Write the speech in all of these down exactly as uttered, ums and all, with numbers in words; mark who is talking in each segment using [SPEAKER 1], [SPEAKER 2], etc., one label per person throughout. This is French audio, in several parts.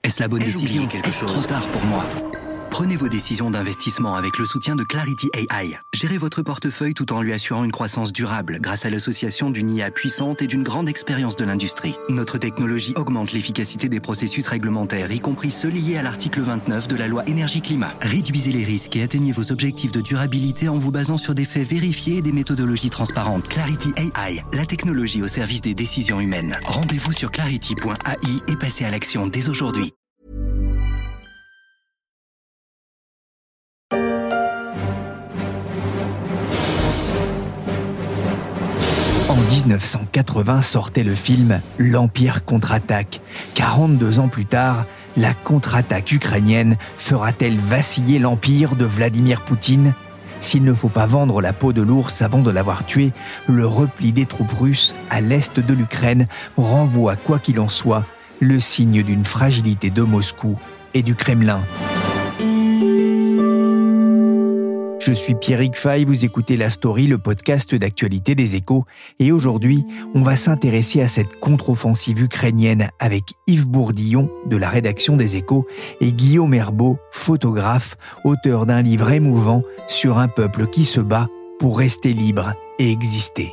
[SPEAKER 1] Est-ce la bonne
[SPEAKER 2] Ai-je
[SPEAKER 1] décision?
[SPEAKER 2] oublié quelque
[SPEAKER 1] Est-ce
[SPEAKER 2] chose?
[SPEAKER 1] trop tard pour moi? Prenez vos décisions d'investissement avec le soutien de Clarity A I. Gérez votre portefeuille tout en lui assurant une croissance durable grâce à l'association d'une I A puissante et d'une grande expérience de l'industrie. Notre technologie augmente l'efficacité des processus réglementaires, y compris ceux liés à l'article vingt-neuf de la loi énergie-climat. Réduisez les risques et atteignez vos objectifs de durabilité en vous basant sur des faits vérifiés et des méthodologies transparentes. Clarity A I, la technologie au service des décisions humaines. Rendez-vous sur clarity point A I et passez à l'action dès aujourd'hui.
[SPEAKER 3] En dix-neuf cent quatre-vingts sortait le film « L'Empire contre-attaque ». quarante-deux ans plus tard, la contre-attaque ukrainienne fera-t-elle vaciller l'empire de Vladimir Poutine ? S'il ne faut pas vendre la peau de l'ours avant de l'avoir tué, le repli des troupes russes à l'est de l'Ukraine renvoie, quoi qu'il en soit, le signe d'une fragilité de Moscou et du Kremlin. Je suis Pierrick Fay, vous écoutez La Story, le podcast d'actualité des Échos. Et aujourd'hui, on va s'intéresser à cette contre-offensive ukrainienne avec Yves Bourdillon de la rédaction des Échos et Guillaume Herbeau, photographe, auteur d'un livre émouvant sur un peuple qui se bat pour rester libre et exister.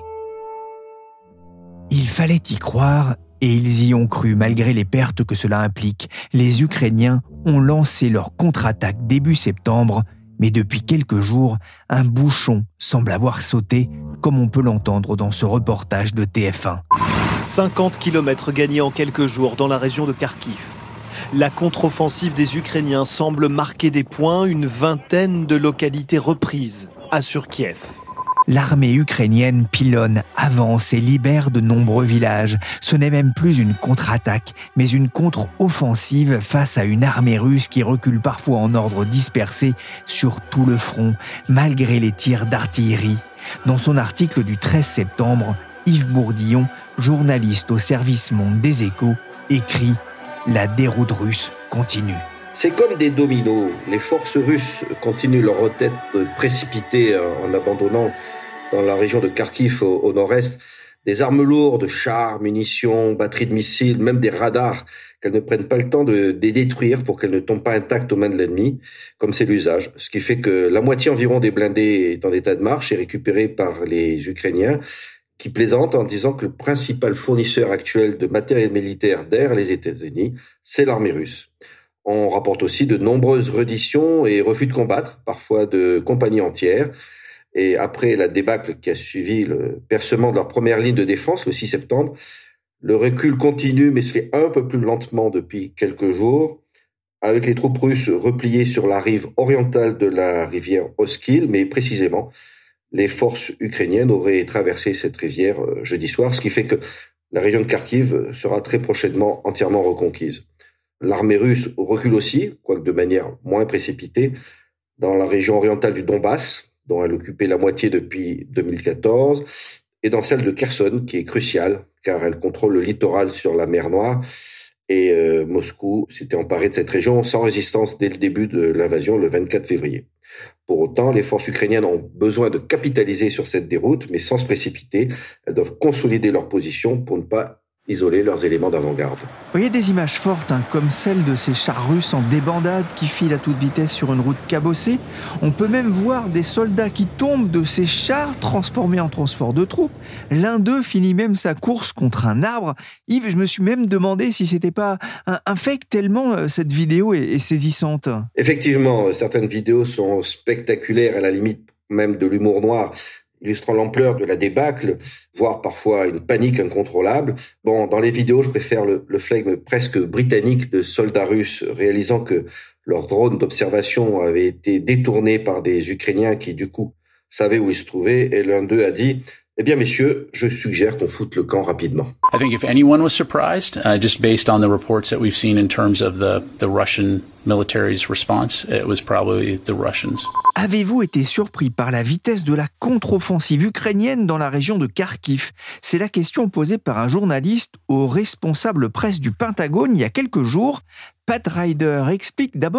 [SPEAKER 3] Il fallait y croire et ils y ont cru malgré les pertes que cela implique. Les Ukrainiens ont lancé leur contre-attaque début septembre. Mais depuis quelques jours, un bouchon semble avoir sauté, comme on peut l'entendre dans ce reportage de T F un.
[SPEAKER 4] cinquante kilomètres gagnés en quelques jours dans la région de Kharkiv. La contre-offensive des Ukrainiens semble marquer des points, une vingtaine de localités reprises, assure Kiev.
[SPEAKER 3] L'armée ukrainienne pilonne, avance et libère de nombreux villages. Ce n'est même plus une contre-attaque, mais une contre-offensive face à une armée russe qui recule parfois en ordre dispersé sur tout le front, malgré les tirs d'artillerie. Dans son article du treize septembre, Yves Bourdillon, journaliste au service Monde des Échos, écrit « La déroute russe continue ».
[SPEAKER 5] C'est comme des dominos. Les forces russes continuent leur retraite précipitée en abandonnant dans la région de Kharkiv au, au nord-est des armes lourdes, chars, munitions, batteries de missiles, même des radars, qu'elles ne prennent pas le temps de, de détruire pour qu'elles ne tombent pas intactes aux mains de l'ennemi, comme c'est l'usage. Ce qui fait que la moitié environ des blindés est en état de marche et récupérée par les Ukrainiens, qui plaisantent en disant que le principal fournisseur actuel de matériel militaire derrière les États-Unis, c'est l'armée russe. On rapporte aussi de nombreuses redditions et refus de combattre, parfois de compagnies entières. Et après la débâcle qui a suivi le percement de leur première ligne de défense, le six septembre, le recul continue, mais se fait un peu plus lentement depuis quelques jours, avec les troupes russes repliées sur la rive orientale de la rivière Oskil, mais précisément, les forces ukrainiennes auraient traversé cette rivière jeudi soir, ce qui fait que la région de Kharkiv sera très prochainement entièrement reconquise. L'armée russe recule aussi, quoique de manière moins précipitée, dans la région orientale du Donbass, dont elle occupait la moitié depuis deux mille quatorze, et dans celle de Kherson, qui est cruciale, car elle contrôle le littoral sur la mer Noire, et euh, Moscou s'était emparé de cette région sans résistance dès le début de l'invasion, le vingt-quatre février. Pour autant, les forces ukrainiennes ont besoin de capitaliser sur cette déroute, mais sans se précipiter. Elles doivent consolider leur position pour ne pas isoler leurs éléments d'avant-garde.
[SPEAKER 3] Il y a des images fortes, hein, comme celle de ces chars russes en débandade qui filent à toute vitesse sur une route cabossée. On peut même voir des soldats qui tombent de ces chars transformés en transport de troupes. L'un d'eux finit même sa course contre un arbre. Yves, je me suis même demandé si c'était pas un, un fake tellement euh, cette vidéo est, est saisissante.
[SPEAKER 5] Effectivement, certaines vidéos sont spectaculaires, à la limite même de l'humour noir, illustrant l'ampleur de la débâcle, voire parfois une panique incontrôlable. Bon, dans les vidéos, je préfère le, le flegme presque britannique de soldats russes réalisant que leur drone d'observation avait été détourné par des Ukrainiens qui, du coup, savaient où ils se trouvaient. Et l'un d'eux a dit « Eh bien, messieurs, je suggère qu'on foute le camp rapidement. »
[SPEAKER 6] I think if anyone was surprised, uh, just based on the reports that we've seen in terms of the, the Russian military's response, it was probably the Russians.
[SPEAKER 3] Avez-vous été surpris par la vitesse de la contre-offensive ukrainienne dans la région de Kharkiv ? C'est la question posée par un journaliste au responsable presse du Pentagone il y a quelques jours. Pat Ryder explique d'abord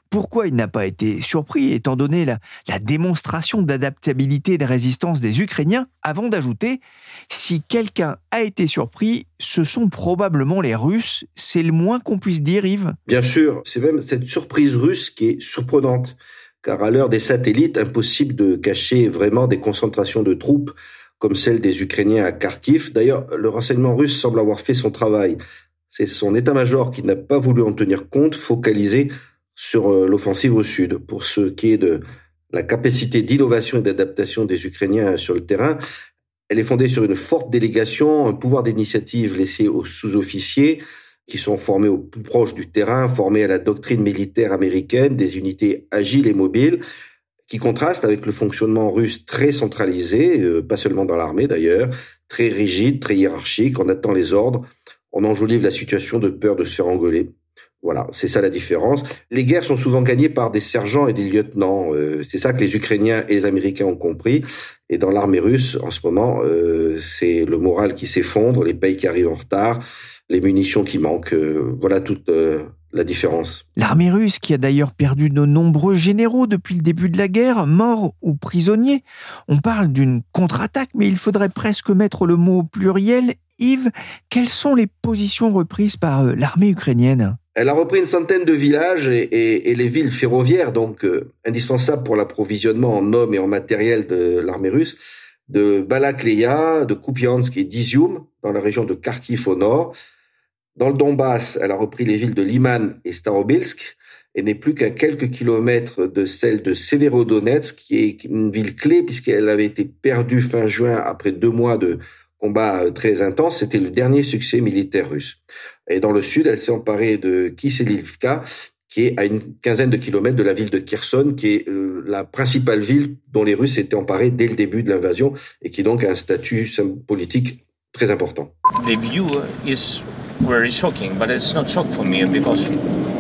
[SPEAKER 3] Pourquoi il n'a pas été surpris, étant donné la, la démonstration d'adaptabilité et de résistance des Ukrainiens, avant d'ajouter « Si quelqu'un a été surpris, ce sont probablement les Russes, c'est le moins qu'on puisse dire, Yves ».
[SPEAKER 5] Bien sûr, c'est même cette surprise russe qui est surprenante, car à l'heure des satellites, impossible de cacher vraiment des concentrations de troupes comme celle des Ukrainiens à Kharkiv. D'ailleurs, le renseignement russe semble avoir fait son travail. C'est son état-major qui n'a pas voulu en tenir compte, focalisé sur l'offensive au sud. Pour ce qui est de la capacité d'innovation et d'adaptation des Ukrainiens sur le terrain, elle est fondée sur une forte délégation, un pouvoir d'initiative laissé aux sous-officiers qui sont formés au plus proche du terrain, formés à la doctrine militaire américaine, des unités agiles et mobiles, qui contraste avec le fonctionnement russe très centralisé, euh, pas seulement dans l'armée d'ailleurs, très rigide, très hiérarchique, on attend les ordres, on enjolive la situation de peur de se faire engueuler. Voilà, c'est ça la différence. Les guerres sont souvent gagnées par des sergents et des lieutenants. Euh, c'est ça que les Ukrainiens et les Américains ont compris. Et dans l'armée russe, en ce moment, euh, c'est le moral qui s'effondre, les payes qui arrivent en retard, les munitions qui manquent. Euh, voilà toute euh, la différence.
[SPEAKER 3] L'armée russe, qui a d'ailleurs perdu de nombreux généraux depuis le début de la guerre, morts ou prisonniers. On parle d'une contre-attaque, mais il faudrait presque mettre le mot au pluriel. Yves, quelles sont les positions reprises par euh, l'armée ukrainienne ?
[SPEAKER 5] Elle a repris une centaine de villages et, et, et les villes ferroviaires, donc euh, indispensables pour l'approvisionnement en hommes et en matériel de l'armée russe, de Balakleia, de Kupiansk et d'Izium, dans la région de Kharkiv au nord. Dans le Donbass, elle a repris les villes de Liman et Starobilsk et n'est plus qu'à quelques kilomètres de celle de Severodonetsk, qui est une ville clé puisqu'elle avait été perdue fin juin après deux mois de combats très intenses. C'était le dernier succès militaire russe. Et dans le sud, elle s'est emparée de Kiselivka, qui est à une quinzaine de kilomètres de la ville de Kherson, qui est euh, la principale ville dont les Russes s'étaient emparés dès le début de l'invasion et qui donc a un statut politique très important.
[SPEAKER 2] The view is very shocking, but it's not shock for me because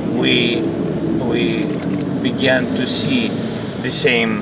[SPEAKER 2] we we began to see the same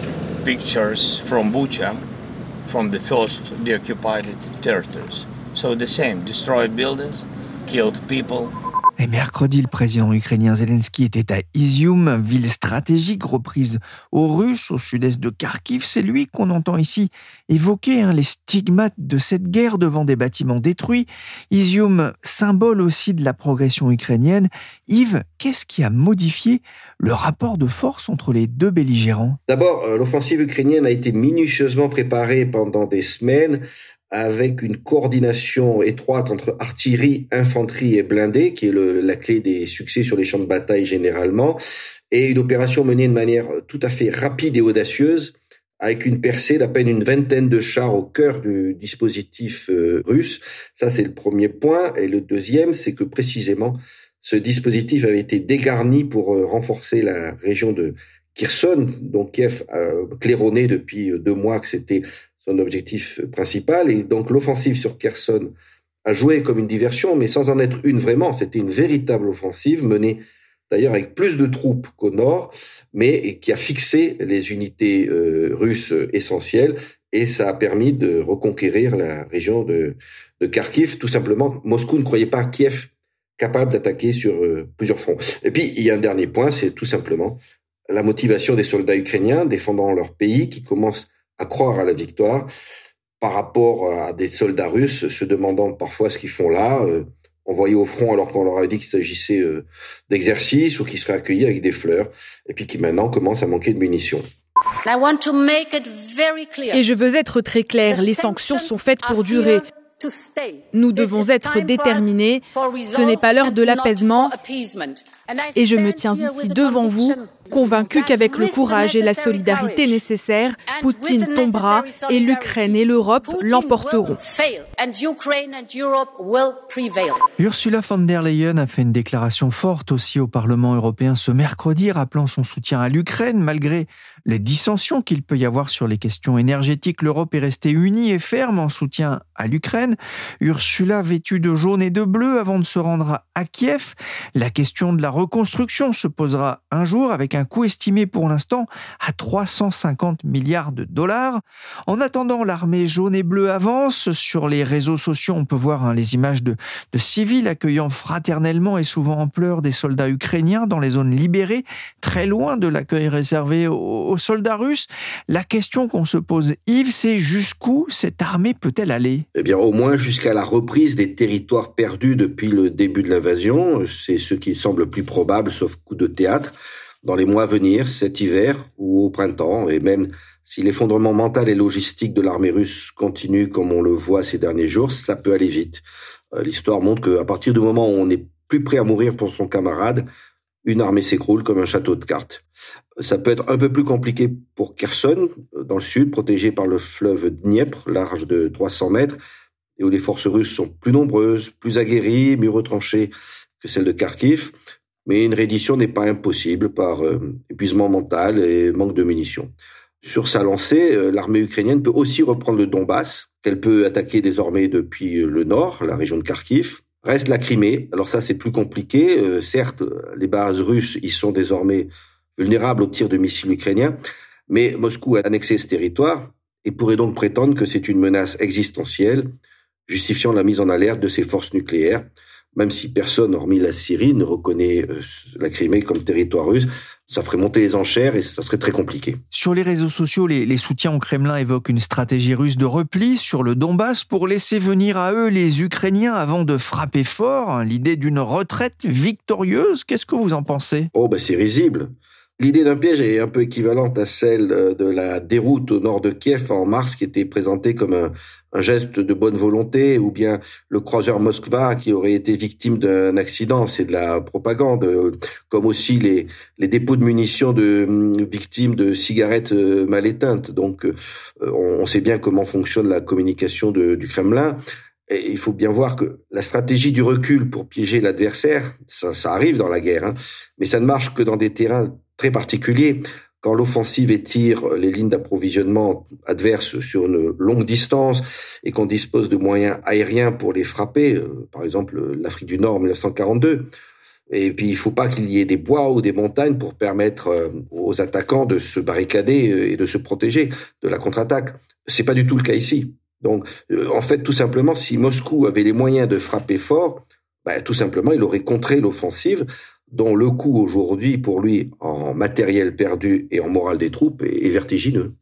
[SPEAKER 2] pictures from Bucha, from the first deoccupied territories. So the same, destroyed buildings, killed people.
[SPEAKER 3] Et mercredi, le président ukrainien Zelensky était à Izium, ville stratégique reprise aux Russes au sud-est de Kharkiv. C'est lui qu'on entend ici évoquer hein, les stigmates de cette guerre devant des bâtiments détruits. Izium, symbole aussi de la progression ukrainienne. Yves, qu'est-ce qui a modifié le rapport de force entre les deux belligérants ?
[SPEAKER 5] D'abord, l'offensive ukrainienne a été minutieusement préparée pendant des semaines, avec une coordination étroite entre artillerie, infanterie et blindés, qui est le, la clé des succès sur les champs de bataille généralement, et une opération menée de manière tout à fait rapide et audacieuse, avec une percée d'à peine une vingtaine de chars au cœur du dispositif euh, russe. Ça, c'est le premier point. Et le deuxième, c'est que précisément, ce dispositif avait été dégarni pour euh, renforcer la région de Kherson, dont Kiev a claironné depuis deux mois que c'était son objectif principal. Et donc l'offensive sur Kherson a joué comme une diversion, mais sans en être une vraiment. C'était une véritable offensive menée d'ailleurs avec plus de troupes qu'au nord, mais qui a fixé les unités euh, russes essentielles, et ça a permis de reconquérir la région de, de Kharkiv. Tout simplement, Moscou ne croyait pas Kiev capable d'attaquer sur euh, plusieurs fronts. Et puis, il y a un dernier point, c'est tout simplement la motivation des soldats ukrainiens défendant leur pays, qui commencent à croire à la victoire par rapport à des soldats russes se demandant parfois ce qu'ils font là, euh, envoyés au front alors qu'on leur avait dit qu'il s'agissait euh, d'exercices ou qu'ils seraient accueillis avec des fleurs, et puis qui maintenant commencent à manquer de munitions.
[SPEAKER 7] Et je veux être très clair, les sanctions sont faites pour durer. Nous devons être déterminés. Ce n'est pas l'heure de l'apaisement. Et je me tiens ici devant vous, convaincu qu'avec le courage et la solidarité nécessaires, Poutine tombera et l'Ukraine et l'Europe l'emporteront.
[SPEAKER 3] Ursula von der Leyen a fait une déclaration forte aussi au Parlement européen ce mercredi, rappelant son soutien à l'Ukraine. Malgré les dissensions qu'il peut y avoir sur les questions énergétiques, l'Europe est restée unie et ferme en soutien à l'Ukraine. ukrainienne. Ursula vêtue de jaune et de bleu avant de se rendre à Kiev. La question de la reconstruction se posera un jour avec un coût estimé pour l'instant à trois cent cinquante milliards de dollars. En attendant, l'armée jaune et bleue avance. Sur les réseaux sociaux, on peut voir hein, les images de, de civils accueillant fraternellement et souvent en pleurs des soldats ukrainiens dans les zones libérées, très loin de l'accueil réservé aux, aux soldats russes. La question qu'on se pose, Yves, c'est jusqu'où cette armée peut-elle aller ?
[SPEAKER 5] Eh bien, au moins jusqu'à la reprise des territoires perdus depuis le début de l'invasion. C'est ce qui semble plus probable, sauf coup de théâtre, dans les mois à venir, cet hiver ou au printemps. Et même si l'effondrement mental et logistique de l'armée russe continue comme on le voit ces derniers jours, ça peut aller vite. L'histoire montre qu'à partir du moment où on n'est plus prêt à mourir pour son camarade, une armée s'écroule comme un château de cartes. Ça peut être un peu plus compliqué pour Kherson, dans le sud, protégé par le fleuve Dniepr, large de trois cents mètres, et où les forces russes sont plus nombreuses, plus aguerries, mieux retranchées que celles de Kharkiv. Mais une reddition n'est pas impossible par euh, épuisement mental et manque de munitions. Sur sa lancée, euh, l'armée ukrainienne peut aussi reprendre le Donbass, qu'elle peut attaquer désormais depuis le nord, la région de Kharkiv. Reste la Crimée. Alors ça, c'est plus compliqué. Euh, certes, les bases russes y sont désormais vulnérables aux tirs de missiles ukrainiens, mais Moscou a annexé ce territoire et pourrait donc prétendre que c'est une menace existentielle, justifiant la mise en alerte de ses forces nucléaires, même si personne, hormis la Syrie, ne reconnaît euh, la Crimée comme territoire russe. Ça ferait monter les enchères et ça serait très compliqué.
[SPEAKER 3] Sur les réseaux sociaux, les, les soutiens au Kremlin évoquent une stratégie russe de repli sur le Donbass pour laisser venir à eux les Ukrainiens avant de frapper fort. L'idée d'une retraite victorieuse, qu'est-ce que vous en pensez ?
[SPEAKER 5] Oh, ben c'est risible. L'idée d'un piège est un peu équivalente à celle de la déroute au nord de Kiev en mars, qui était présentée comme un, un geste de bonne volonté, ou bien le croiseur Moskva qui aurait été victime d'un accident. C'est de la propagande, comme aussi les, les dépôts de munitions de victimes de cigarettes mal éteintes. Donc, on sait bien comment fonctionne la communication de, du Kremlin. Et il faut bien voir que la stratégie du recul pour piéger l'adversaire, ça, ça arrive dans la guerre, hein, mais ça ne marche que dans des terrains très particulier. Quand l'offensive étire les lignes d'approvisionnement adverses sur une longue distance et qu'on dispose de moyens aériens pour les frapper, euh, par exemple l'Afrique du Nord en dix-neuf cent quarante-deux. Et puis il ne faut pas qu'il y ait des bois ou des montagnes pour permettre euh, aux attaquants de se barricader et de se protéger de la contre-attaque. C'est pas du tout le cas ici. Donc euh, en fait, tout simplement, si Moscou avait les moyens de frapper fort, bah, tout simplement, il aurait contré l'offensive, dont le coût aujourd'hui, pour lui, en matériel perdu et en morale des troupes, est vertigineux.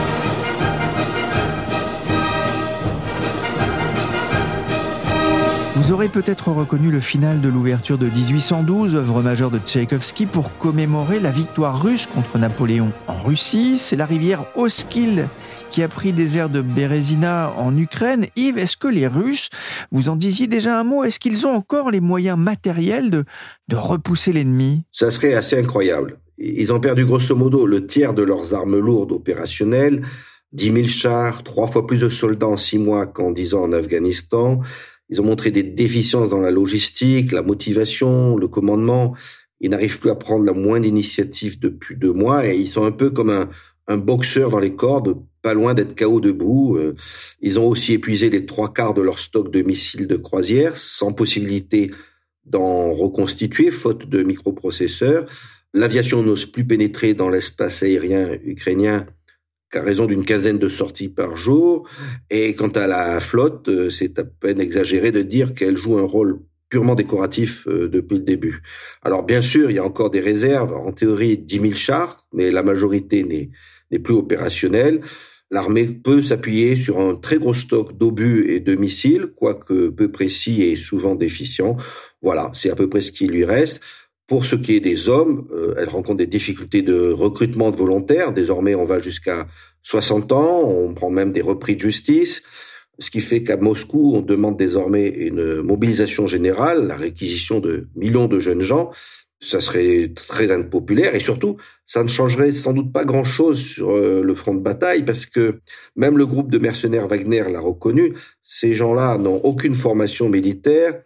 [SPEAKER 3] Vous aurez peut-être reconnu le final de l'ouverture de dix-huit cent douze, œuvre majeure de Tchaïkovski, pour commémorer la victoire russe contre Napoléon en Russie. C'est la rivière Oskil qui a pris des airs de Bérésina en Ukraine. Yves, est-ce que les Russes, vous en disiez déjà un mot, est-ce qu'ils ont encore les moyens matériels de, de repousser l'ennemi ?
[SPEAKER 5] Ça serait assez incroyable. Ils ont perdu grosso modo le tiers de leurs armes lourdes opérationnelles, dix mille chars, trois fois plus de soldats en six mois qu'en dix ans en Afghanistan. Ils ont montré des déficiences dans la logistique, la motivation, le commandement. Ils n'arrivent plus à prendre la moindre initiative depuis deux mois et ils sont un peu comme un, un boxeur dans les cordes, pas loin d'être K O debout. Ils ont aussi épuisé les trois quarts de leur stock de missiles de croisière, sans possibilité d'en reconstituer, faute de microprocesseurs. L'aviation n'ose plus pénétrer dans l'espace aérien ukrainien qu'à raison d'une quinzaine de sorties par jour. Et quant à la flotte, c'est à peine exagéré de dire qu'elle joue un rôle purement décoratif depuis le début. Alors bien sûr, il y a encore des réserves, en théorie dix mille chars, mais la majorité n'est, n'est plus opérationnelle. L'armée peut s'appuyer sur un très gros stock d'obus et de missiles, quoique peu précis et souvent déficient. Voilà, c'est à peu près ce qui lui reste. Pour ce qui est des hommes, euh, elle rencontre des difficultés de recrutement de volontaires. Désormais, on va jusqu'à soixante ans, on prend même des repris de justice, ce qui fait qu'à Moscou, on demande désormais une mobilisation générale, la réquisition de millions de jeunes gens. Ça serait très impopulaire et surtout, ça ne changerait sans doute pas grand-chose sur le front de bataille parce que même le groupe de mercenaires Wagner l'a reconnu, ces gens-là n'ont aucune formation militaire,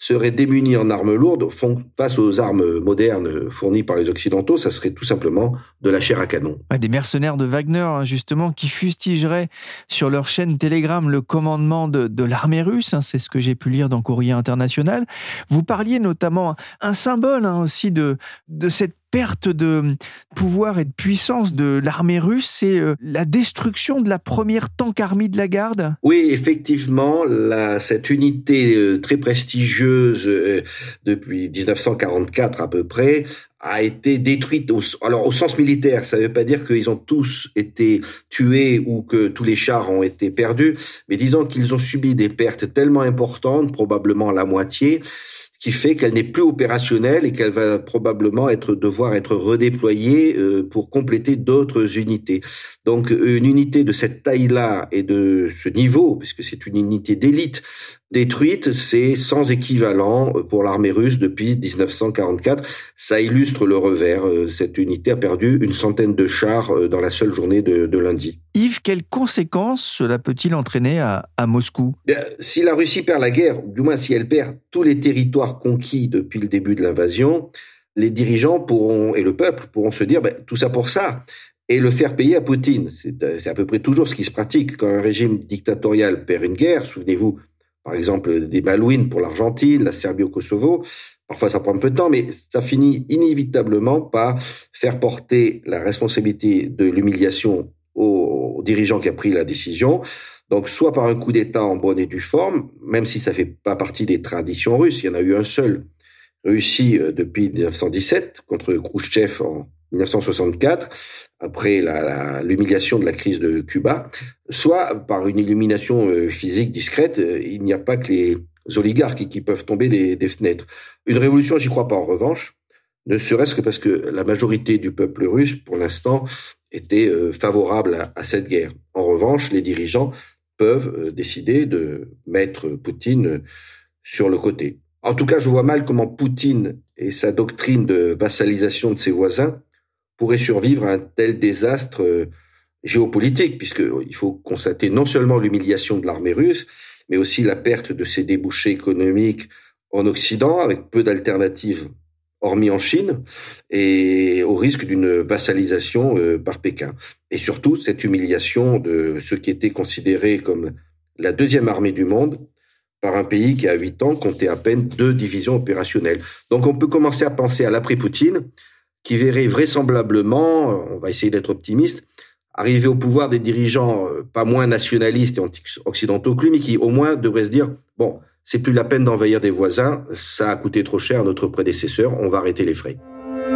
[SPEAKER 5] seraient démunis en armes lourdes face aux armes modernes fournies par les Occidentaux. Ça serait tout simplement de la chair à canon.
[SPEAKER 3] Des mercenaires de Wagner, justement, qui fustigeraient sur leur chaîne Telegram le commandement de, de l'armée russe. C'est ce que j'ai pu lire dans Courrier International. Vous parliez notamment, un symbole hein, aussi de, de cette perte de pouvoir et de puissance de l'armée russe, c'est la destruction de la première tank army de la garde.
[SPEAKER 5] Oui, effectivement, la, cette unité euh, très prestigieuse euh, depuis dix-neuf cent quarante-quatre à peu près a été détruite. Au, alors au sens militaire, ça ne veut pas dire qu'ils ont tous été tués ou que tous les chars ont été perdus, mais disons qu'ils ont subi des pertes tellement importantes, probablement la moitié, qui fait qu'elle n'est plus opérationnelle et qu'elle va probablement être devoir être redéployée euh, pour compléter d'autres unités. Donc une unité de cette taille-là et de ce niveau, puisque c'est une unité d'élite détruite, c'est sans équivalent pour l'armée russe depuis dix-neuf cent quarante-quatre. Ça illustre le revers. Cette unité a perdu une centaine de chars dans la seule journée de, de lundi.
[SPEAKER 3] Yves, quelles conséquences cela peut-il entraîner à, à Moscou ?
[SPEAKER 5] Bien, si la Russie perd la guerre, du moins si elle perd tous les territoires conquis depuis le début de l'invasion, les dirigeants pourront, et le peuple pourront se dire ben, tout ça pour ça, et le faire payer à Poutine. C'est, c'est à peu près toujours ce qui se pratique quand un régime dictatorial perd une guerre. Souvenez-vous, par exemple, des Malouines pour l'Argentine, la Serbie au Kosovo. Parfois, ça prend un peu de temps, mais ça finit inévitablement par faire porter la responsabilité de l'humiliation au, au dirigeant qui a pris la décision. Donc, soit par un coup d'État en bonne et due forme, même si ça fait pas partie des traditions russes, il y en a eu un seul réussi depuis dix-neuf cent dix-sept contre Khrouchtchev en dix-neuf cent soixante-quatre, après la, la, l'humiliation de la crise de Cuba, soit par une illumination euh, physique discrète. Euh, il n'y a pas que les oligarques qui peuvent tomber des, des fenêtres. Une révolution, j'y crois pas en revanche, ne serait-ce que parce que la majorité du peuple russe, pour l'instant, était euh, favorable à, à cette guerre. En revanche, les dirigeants peuvent euh, décider de mettre Poutine euh, sur le côté. En tout cas, je vois mal comment Poutine et sa doctrine de vassalisation de ses voisins pourraient survivre à un tel désastre euh, géopolitique, puisqu'il faut constater non seulement l'humiliation de l'armée russe, mais aussi la perte de ses débouchés économiques en Occident, avec peu d'alternatives hormis en Chine, et au risque d'une vassalisation euh, par Pékin. Et surtout, cette humiliation de ce qui était considéré comme la deuxième armée du monde, par un pays qui, à huit ans, comptait à peine deux divisions opérationnelles. Donc on peut commencer à penser à l'après-Poutine, qui verrait vraisemblablement, on va essayer d'être optimiste, arriver au pouvoir des dirigeants pas moins nationalistes et anti-occidentaux que lui, mais qui au moins devraient se dire, bon, c'est plus la peine d'envahir des voisins, ça a coûté trop cher à notre prédécesseur, on va arrêter les frais.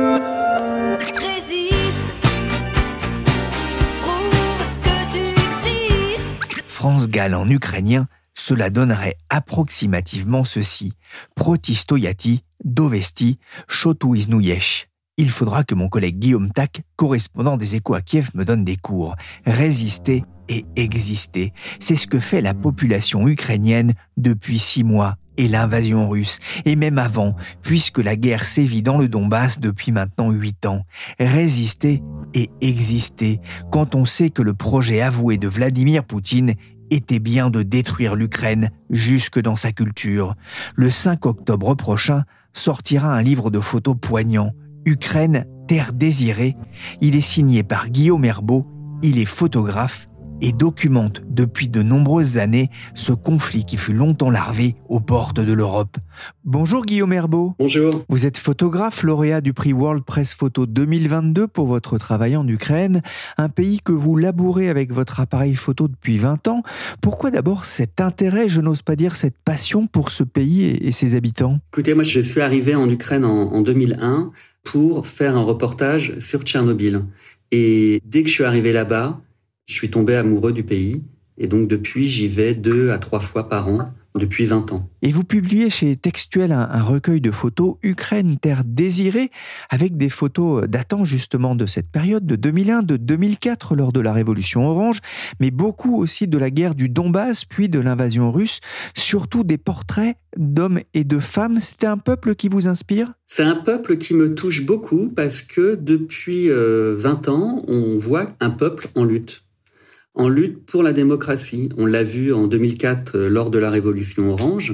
[SPEAKER 3] France Gall en ukrainien, cela donnerait approximativement ceci. Protistoyati, dovesti, chotuiznouyesh. Il faudra que mon collègue Guillaume Tac, correspondant des Échos à Kiev, me donne des cours. Résister et exister, c'est ce que fait la population ukrainienne depuis six mois et l'invasion russe, et même avant, puisque la guerre sévit dans le Donbass depuis maintenant huit ans. Résister et exister, quand on sait que le projet avoué de Vladimir Poutine était bien de détruire l'Ukraine jusque dans sa culture. Le cinq octobre prochain sortira un livre de photos poignant, Ukraine, terre désirée. Il est signé par Guillaume Herbeau, il est photographe et documente depuis de nombreuses années ce conflit qui fut longtemps larvé aux portes de l'Europe. Bonjour Guillaume Herbeau.
[SPEAKER 8] Bonjour.
[SPEAKER 3] Vous êtes photographe, lauréat du prix World Press Photo deux mille vingt-deux pour votre travail en Ukraine, un pays que vous labourez avec votre appareil photo depuis vingt ans. Pourquoi d'abord cet intérêt, je n'ose pas dire cette passion pour ce pays et, et ses habitants ?
[SPEAKER 8] Écoutez, moi je suis arrivé en Ukraine en, en deux mille un pour faire un reportage sur Tchernobyl. Et dès que je suis arrivé là-bas, je suis tombé amoureux du pays et donc depuis, j'y vais deux à trois fois par an depuis vingt ans.
[SPEAKER 3] Et vous publiez chez Textuel un, un recueil de photos Ukraine, terre désirée, avec des photos datant justement de cette période de deux mille un, de deux mille quatre lors de la Révolution orange, mais beaucoup aussi de la guerre du Donbass, puis de l'invasion russe, surtout des portraits d'hommes et de femmes. C'était un peuple qui vous inspire ?
[SPEAKER 8] C'est un peuple qui me touche beaucoup parce que depuis euh, vingt ans, on voit un peuple en lutte. En lutte pour la démocratie. On l'a vu en deux mille quatre lors de la Révolution orange,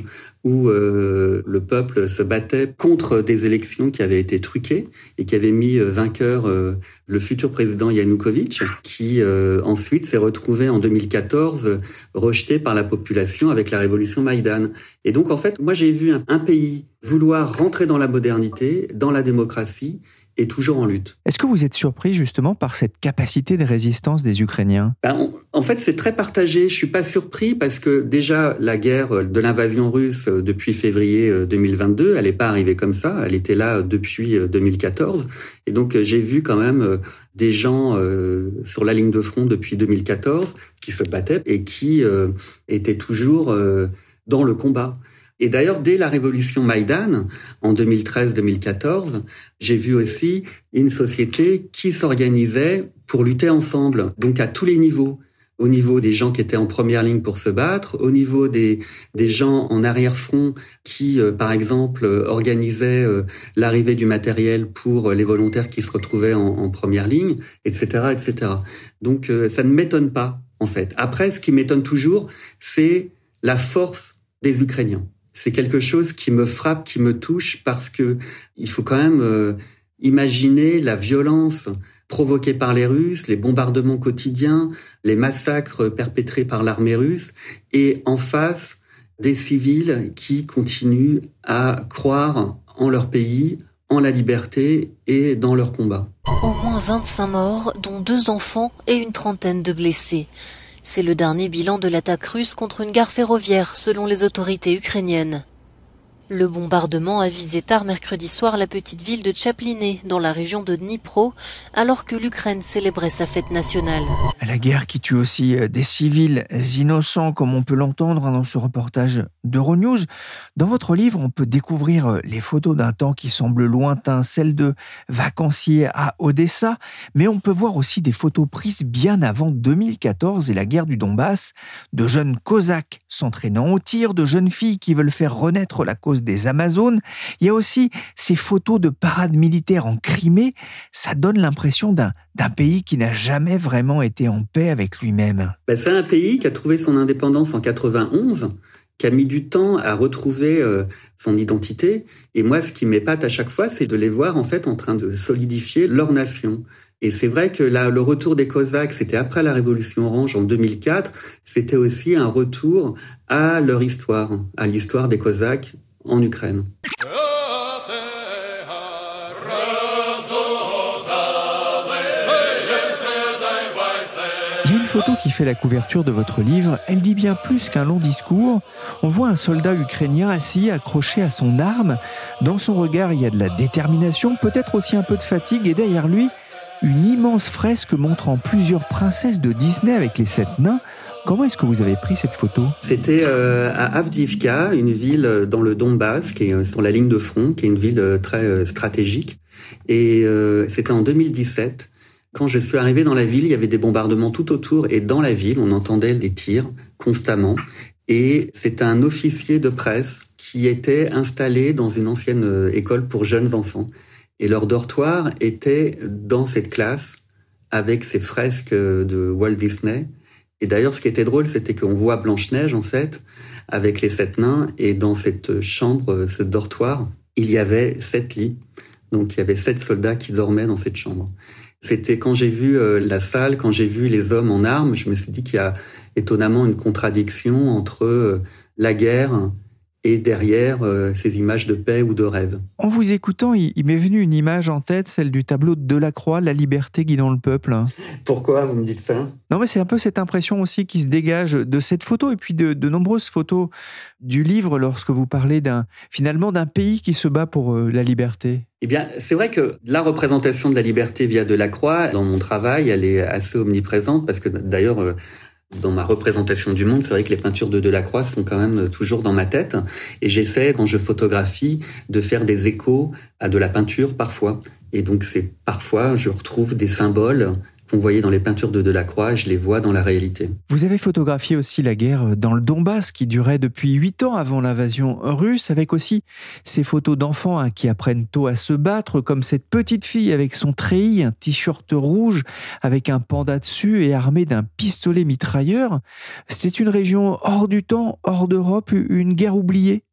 [SPEAKER 8] où euh, le peuple se battait contre des élections qui avaient été truquées et qui avaient mis euh, vainqueur euh, le futur président Yanukovych, qui euh, ensuite s'est retrouvé en deux mille quatorze rejeté par la population avec la révolution Maïdan. Et donc en fait, moi j'ai vu un, un pays vouloir rentrer dans la modernité, dans la démocratie, et toujours en lutte.
[SPEAKER 3] Est-ce que vous êtes surpris justement par cette capacité de résistance des Ukrainiens ?
[SPEAKER 8] Ben, on, en fait, c'est très partagé. Je suis pas surpris parce que déjà, la guerre de l'invasion russe depuis février deux mille vingt-deux, elle n'est pas arrivée comme ça. Elle était là depuis deux mille quatorze. Et donc, j'ai vu quand même des gens euh, sur la ligne de front depuis deux mille quatorze qui se battaient et qui euh, étaient toujours euh, dans le combat. Et d'ailleurs, dès la révolution Maïdan, en deux mille treize deux mille quatorze, j'ai vu aussi une société qui s'organisait pour lutter ensemble, donc à tous les niveaux. Au niveau des gens qui étaient en première ligne pour se battre, au niveau des, des gens en arrière-front qui, euh, par exemple, euh, organisaient euh, l'arrivée du matériel pour euh, les volontaires qui se retrouvaient en, en première ligne, et cetera, et cetera. Donc, euh, ça ne m'étonne pas, en fait. Après, ce qui m'étonne toujours, c'est la force des Ukrainiens. C'est quelque chose qui me frappe, qui me touche, parce que il faut quand même euh, imaginer la violence provoquée par les Russes, les bombardements quotidiens, les massacres perpétrés par l'armée russe, et en face, des civils qui continuent à croire en leur pays, en la liberté et dans leur combat.
[SPEAKER 9] Au moins vingt-cinq morts, dont deux enfants et une trentaine de blessés. C'est le dernier bilan de l'attaque russe contre une gare ferroviaire, selon les autorités ukrainiennes. Le bombardement a visé tard mercredi soir la petite ville de Tchaplinné, dans la région de Dnipro, alors que l'Ukraine célébrait sa fête nationale.
[SPEAKER 3] La guerre qui tue aussi des civils innocents, comme on peut l'entendre dans ce reportage d'Euronews. Dans votre livre, on peut découvrir les photos d'un temps qui semble lointain, celles de vacanciers à Odessa, mais on peut voir aussi des photos prises bien avant deux mille quatorze et la guerre du Donbass, de jeunes Cosaques s'entraînant au tir, de jeunes filles qui veulent faire renaître la cause des Amazones. Il y a aussi ces photos de parades militaires en Crimée. Ça donne l'impression d'un, d'un pays qui n'a jamais vraiment été en paix avec lui-même.
[SPEAKER 8] Ben, c'est un pays qui a trouvé son indépendance en quatre-vingt-onze, qui a mis du temps à retrouver euh, son identité. Et moi, ce qui m'épate à chaque fois, c'est de les voir en fait en train de solidifier leur nation. Et c'est vrai que là, le retour des Cosaques, c'était après la Révolution orange en deux mille quatre, c'était aussi un retour à leur histoire, à l'histoire des Cosaques en Ukraine.
[SPEAKER 3] Il y a une photo qui fait la couverture de votre livre. Elle dit bien plus qu'un long discours. On voit un soldat ukrainien assis, accroché à son arme. Dans son regard, il y a de la détermination, peut-être aussi un peu de fatigue, et derrière lui, une immense fresque montrant plusieurs princesses de Disney avec les sept nains. Comment est-ce que vous avez pris cette photo ?
[SPEAKER 8] C'était euh, à Avdiivka, une ville dans le Donbass, qui est sur la ligne de front, qui est une ville très euh, stratégique. Et euh, c'était en deux mille dix-sept. Quand je suis arrivé dans la ville, il y avait des bombardements tout autour, et dans la ville, on entendait les tirs constamment. Et c'était un officier de presse qui était installé dans une ancienne école pour jeunes enfants. Et leur dortoir était dans cette classe, avec ces fresques de Walt Disney. Et d'ailleurs, ce qui était drôle, c'était qu'on voit Blanche-Neige, en fait, avec les sept nains. Et dans cette chambre, ce dortoir, il y avait sept lits. Donc, il y avait sept soldats qui dormaient dans cette chambre. C'était quand j'ai vu euh, la salle, quand j'ai vu les hommes en armes, je me suis dit qu'il y a étonnamment une contradiction entre euh, la guerre et derrière euh, ces images de paix ou de rêve.
[SPEAKER 3] En vous écoutant, il, il m'est venu une image en tête, celle du tableau de Delacroix, La liberté guidant le peuple.
[SPEAKER 8] Pourquoi vous me dites ça ?
[SPEAKER 3] Non, mais c'est un peu cette impression aussi qui se dégage de cette photo et puis de, de nombreuses photos du livre lorsque vous parlez d'un, finalement d'un pays qui se bat pour euh, la liberté.
[SPEAKER 8] Eh bien, c'est vrai que la représentation de la liberté via Delacroix, dans mon travail, elle est assez omniprésente parce que d'ailleurs, euh, dans ma représentation du monde, c'est vrai que les peintures de Delacroix sont quand même toujours dans ma tête. Et j'essaie, quand je photographie, de faire des échos à de la peinture parfois. Et donc, c'est parfois, je retrouve des symboles qu'on voyait dans les peintures de Delacroix, je les vois dans la réalité.
[SPEAKER 3] Vous avez photographié aussi la guerre dans le Donbass qui durait depuis huit ans avant l'invasion russe, avec aussi ces photos d'enfants hein, qui apprennent tôt à se battre, comme cette petite fille avec son treillis, un t-shirt rouge avec un panda dessus et armée d'un pistolet mitrailleur. C'était une région hors du temps, hors d'Europe, une guerre oubliée.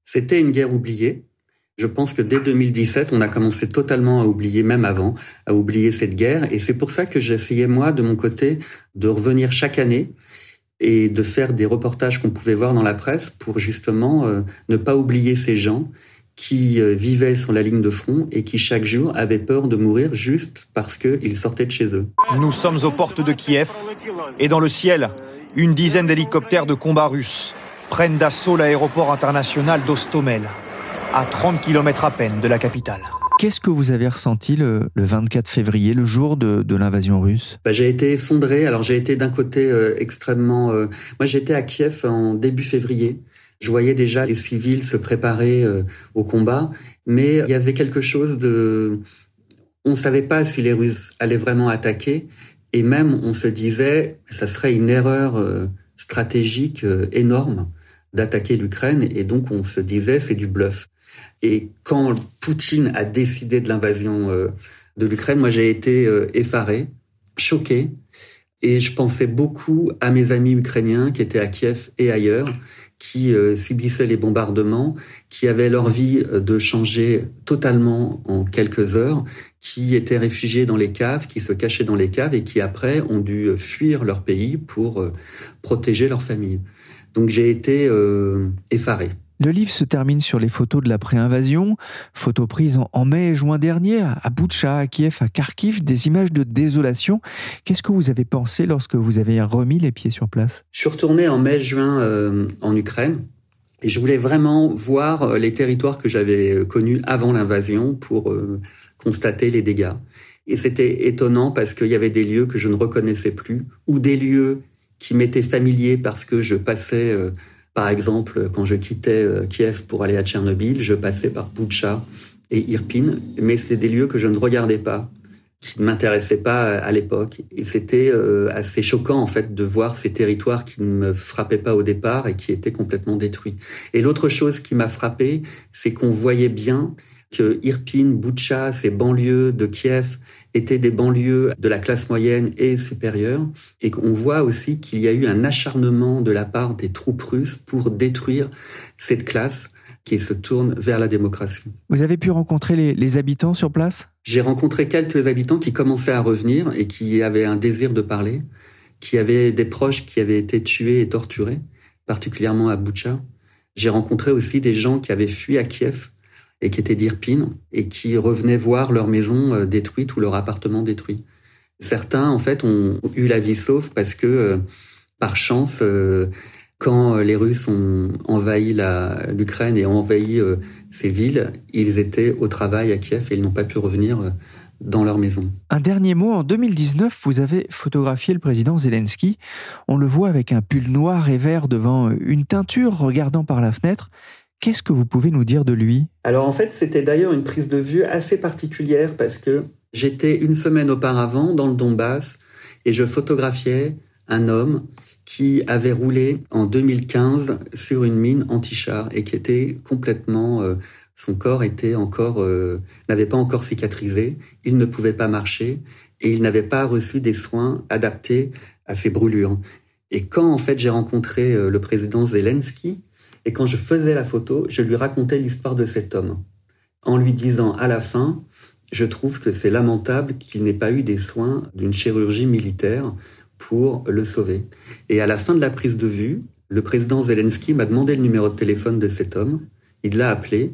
[SPEAKER 8] C'était une guerre oubliée. Je pense que dès deux mille dix-sept, on a commencé totalement à oublier, même avant, à oublier cette guerre. Et c'est pour ça que j'essayais, moi, de mon côté, de revenir chaque année et de faire des reportages qu'on pouvait voir dans la presse pour justement euh, ne pas oublier ces gens qui euh, vivaient sur la ligne de front et qui chaque jour avaient peur de mourir juste parce qu'ils sortaient de chez eux.
[SPEAKER 10] Nous sommes aux portes de Kiev et dans le ciel, une dizaine d'hélicoptères de combat russes prennent d'assaut l'aéroport international d'Hostomel, à trente kilomètres à peine de la capitale.
[SPEAKER 3] Qu'est-ce que vous avez ressenti le, le vingt-quatre février, le jour de, de l'invasion russe ?
[SPEAKER 8] Bah, j'ai été effondré. Alors j'ai été d'un côté euh, extrêmement... Euh... Moi j'étais à Kiev en début février. Je voyais déjà les civils se préparer euh, au combat, mais il y avait quelque chose de... On ne savait pas si les Russes allaient vraiment attaquer, et même on se disait ça serait une erreur euh, stratégique euh, énorme d'attaquer l'Ukraine, et donc on se disait c'est du bluff. Et quand Poutine a décidé de l'invasion euh, de l'Ukraine, moi j'ai été euh, effaré, choqué, et je pensais beaucoup à mes amis ukrainiens qui étaient à Kiev et ailleurs, qui euh, subissaient les bombardements, qui avaient leur vie euh, de changer totalement en quelques heures, qui étaient réfugiés dans les caves, qui se cachaient dans les caves et qui après ont dû fuir leur pays pour euh, protéger leur famille. Donc j'ai été euh, effaré.
[SPEAKER 3] Le livre se termine sur les photos de l'après-invasion, photos prises en mai et juin dernier à Boutcha, à Kiev, à Kharkiv, des images de désolation. Qu'est-ce que vous avez pensé lorsque vous avez remis les pieds sur place ?
[SPEAKER 8] Je suis retourné en mai-juin euh, en Ukraine et je voulais vraiment voir les territoires que j'avais connus avant l'invasion pour euh, constater les dégâts. Et c'était étonnant parce qu'il y avait des lieux que je ne reconnaissais plus ou des lieux qui m'étaient familiers parce que je passais... Euh, Par exemple, quand je quittais Kiev pour aller à Tchernobyl, je passais par Boutcha et Irpin, mais c'était des lieux que je ne regardais pas, qui ne m'intéressaient pas à l'époque. Et c'était assez choquant, en fait, de voir ces territoires qui ne me frappaient pas au départ et qui étaient complètement détruits. Et l'autre chose qui m'a frappé, c'est qu'on voyait bien que Irpin, Boutcha, ces banlieues de Kiev étaient des banlieues de la classe moyenne et supérieure, et qu'on voit aussi qu'il y a eu un acharnement de la part des troupes russes pour détruire cette classe qui se tourne vers la démocratie.
[SPEAKER 3] Vous avez pu rencontrer les, les habitants sur place ?
[SPEAKER 8] J'ai rencontré quelques habitants qui commençaient à revenir et qui avaient un désir de parler, qui avaient des proches qui avaient été tués et torturés, particulièrement à Boutcha. J'ai rencontré aussi des gens qui avaient fui à Kiev et qui étaient d'Irpin, et qui revenaient voir leur maison détruite ou leur appartement détruit. Certains, en fait, ont eu la vie sauve parce que, euh, par chance, euh, quand les Russes ont envahi la, l'Ukraine et ont envahi euh, ces villes, ils étaient au travail à Kiev et ils n'ont pas pu revenir euh, dans leur maison.
[SPEAKER 3] Un dernier mot, en deux mille dix-neuf, vous avez photographié le président Zelensky. On le voit avec un pull noir et vert devant une teinture, regardant par la fenêtre. Qu'est-ce que vous pouvez nous dire de lui ?
[SPEAKER 8] Alors en fait, c'était d'ailleurs une prise de vue assez particulière parce que j'étais une semaine auparavant dans le Donbass et je photographiais un homme qui avait roulé en deux mille quinze sur une mine anti-char et qui était complètement... Euh, son corps était encore, euh, n'avait pas encore cicatrisé, il ne pouvait pas marcher et il n'avait pas reçu des soins adaptés à ses brûlures. Et quand en fait j'ai rencontré euh, le président Zelensky, et quand je faisais la photo, je lui racontais l'histoire de cet homme, en lui disant à la fin, je trouve que c'est lamentable qu'il n'ait pas eu des soins d'une chirurgie militaire pour le sauver. Et à la fin de la prise de vue, le président Zelensky m'a demandé le numéro de téléphone de cet homme, il l'a appelé,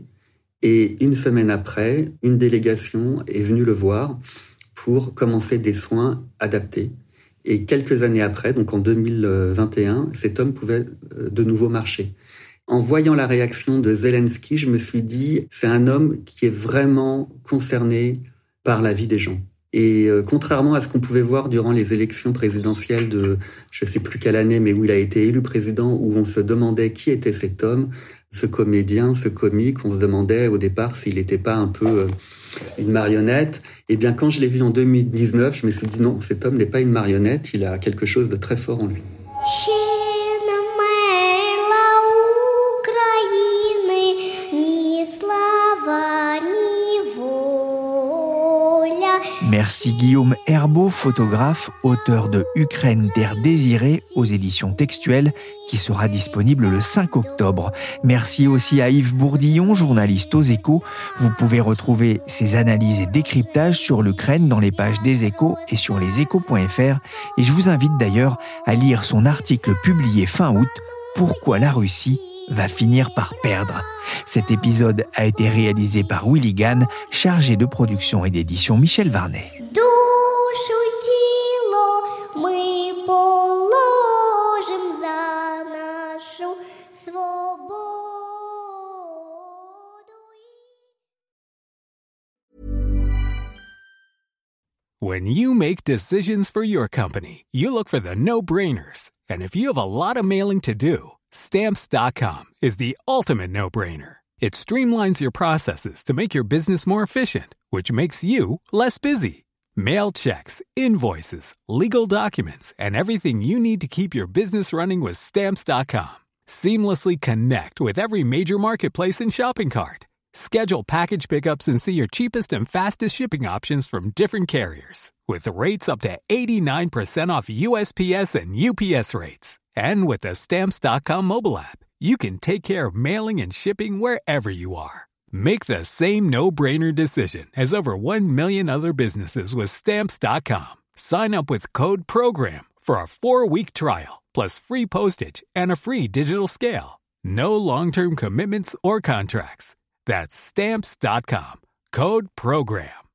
[SPEAKER 8] et une semaine après, une délégation est venue le voir pour commencer des soins adaptés. Et quelques années après, donc en deux mille vingt et un, cet homme pouvait de nouveau marcher. En voyant la réaction de Zelensky, je me suis dit, c'est un homme qui est vraiment concerné par la vie des gens. Et euh, contrairement à ce qu'on pouvait voir durant les élections présidentielles de, je ne sais plus quelle année, mais où il a été élu président, où on se demandait qui était cet homme, ce comédien, ce comique, on se demandait au départ s'il n'était pas un peu euh, une marionnette. Et bien quand je l'ai vu en deux mille dix-neuf, je me suis dit non, cet homme n'est pas une marionnette, il a quelque chose de très fort en lui.
[SPEAKER 3] Merci Guillaume Herbeau, photographe, auteur de Ukraine, terre désirée aux éditions textuelles, qui sera disponible le cinq octobre. Merci aussi à Yves Bourdillon, journaliste aux Échos. Vous pouvez retrouver ses analyses et décryptages sur l'Ukraine dans les pages des Échos et sur leséchos point f r. Et je vous invite d'ailleurs à lire son article publié fin août, « Pourquoi la Russie va finir par perdre ». Cet épisode a été réalisé par Willy Gann, chargé de production et d'édition Michel Varnet.
[SPEAKER 11] When you make decisions for your company, you look for the no-brainers. And if you have a lot of mailing to do, Stamps dot com is the ultimate no-brainer. It streamlines your processes to make your business more efficient, which makes you less busy. Mail checks, invoices, legal documents, and everything you need to keep your business running with Stamps dot com. Seamlessly connect with every major marketplace and shopping cart. Schedule package pickups and see your cheapest and fastest shipping options from different carriers, with rates up to eighty-nine percent off U S P S and U P S rates. And with the Stamps dot com mobile app, you can take care of mailing and shipping wherever you are. Make the same no-brainer decision as over one million other businesses with Stamps dot com. Sign up with code PROGRAM for a four-week trial, plus free postage and a free digital scale. No long-term commitments or contracts. That's Stamps dot com. Code PROGRAM.